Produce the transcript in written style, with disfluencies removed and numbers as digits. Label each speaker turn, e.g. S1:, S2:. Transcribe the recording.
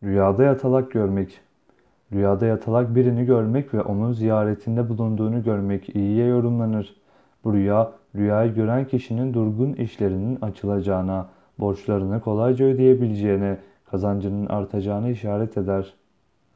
S1: Rüyada yatalak görmek. Rüyada yatalak birini görmek ve onun ziyaretinde bulunduğunu görmek iyiye yorumlanır. Bu rüya, rüyayı gören kişinin durgun işlerinin açılacağına, borçlarını kolayca ödeyebileceğine, kazancının artacağına işaret eder.